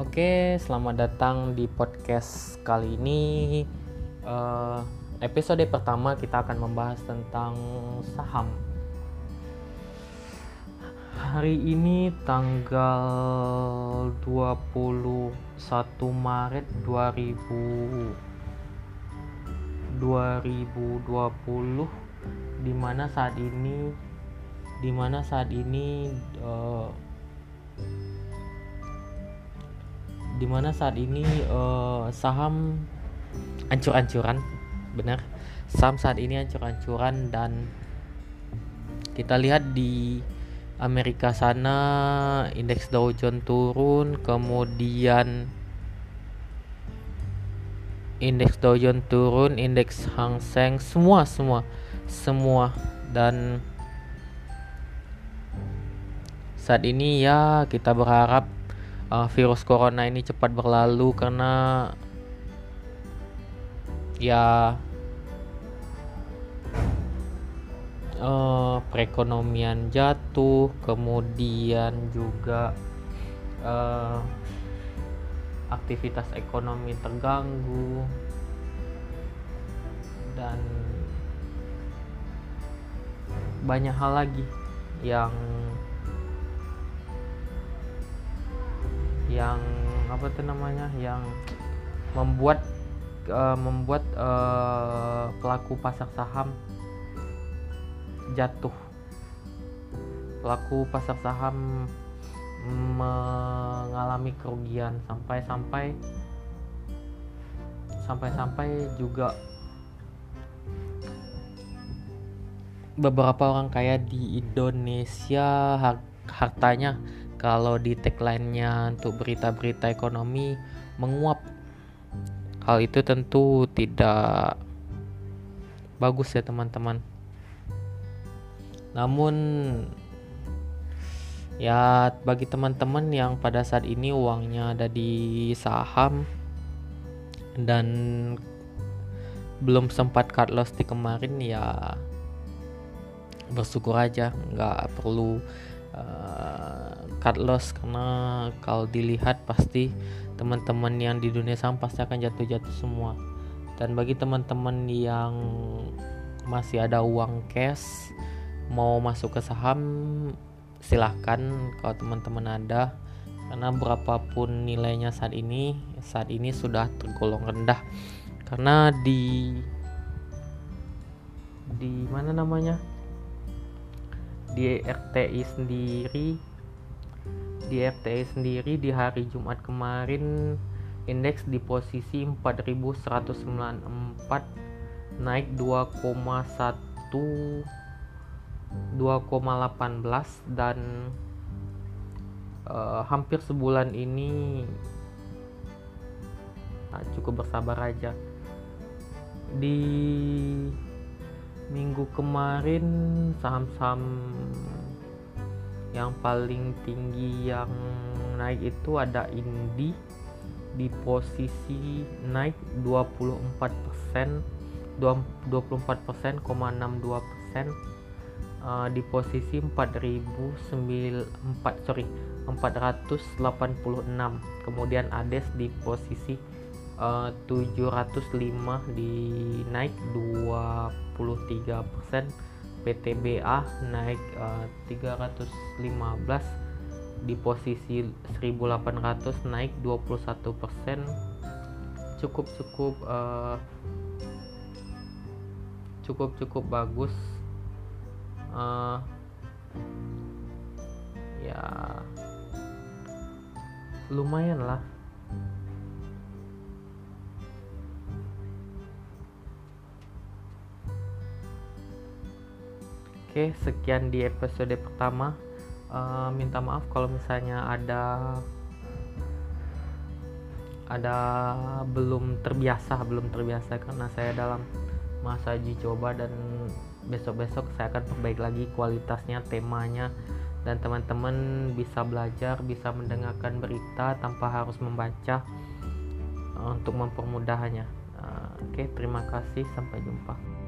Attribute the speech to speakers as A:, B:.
A: Oke, selamat datang di podcast kali ini. Episode pertama kita akan membahas tentang saham. Hari ini tanggal 21 Maret 2020, di mana saat ini saham ancur-ancuran, benar. Saham saat ini ancur-ancuran, dan kita lihat di Amerika sana indeks Dow Jones turun, kemudian indeks Hang Seng semua, dan saat ini ya kita berharap virus corona ini cepat berlalu, karena ya perekonomian jatuh, kemudian juga aktivitas ekonomi terganggu, dan banyak hal lagi yang membuat pelaku pasar saham jatuh. Pelaku pasar saham mengalami kerugian, sampai juga beberapa orang kaya di Indonesia hartanya, kalau di tagline-nya untuk berita-berita ekonomi, menguap. Hal itu tentu tidak bagus ya teman-teman. Namun ya bagi teman-teman yang pada saat ini uangnya ada di saham dan belum sempat cut loss di kemarin, ya bersyukur aja, nggak perlu cut loss, karena kalau dilihat pasti teman-teman yang di dunia saham pasti akan jatuh semua. Dan bagi teman-teman yang masih ada uang cash mau masuk ke saham, silahkan kalau teman-teman ada, karena berapapun nilainya saat ini sudah tergolong rendah. Karena di RTI sendiri di hari Jumat kemarin indeks di posisi 4194, naik 2,18, dan hampir sebulan ini cukup bersabar aja. Di minggu kemarin saham-saham yang paling tinggi yang naik itu ada Indi di posisi naik 24%, 24,62%, di posisi 486. Kemudian Ades di posisi 705 di naik 23%, PTBA naik 315 di posisi 1800, naik 21%. cukup bagus. Ya lumayan lah. Oke, sekian di episode pertama. Minta maaf kalau misalnya ada belum terbiasa, karena saya dalam masa uji coba, dan besok-besok saya akan perbaiki lagi kualitasnya, temanya, dan teman-teman bisa belajar, bisa mendengarkan berita tanpa harus membaca untuk mempermudahnya. Oke, terima kasih, sampai jumpa.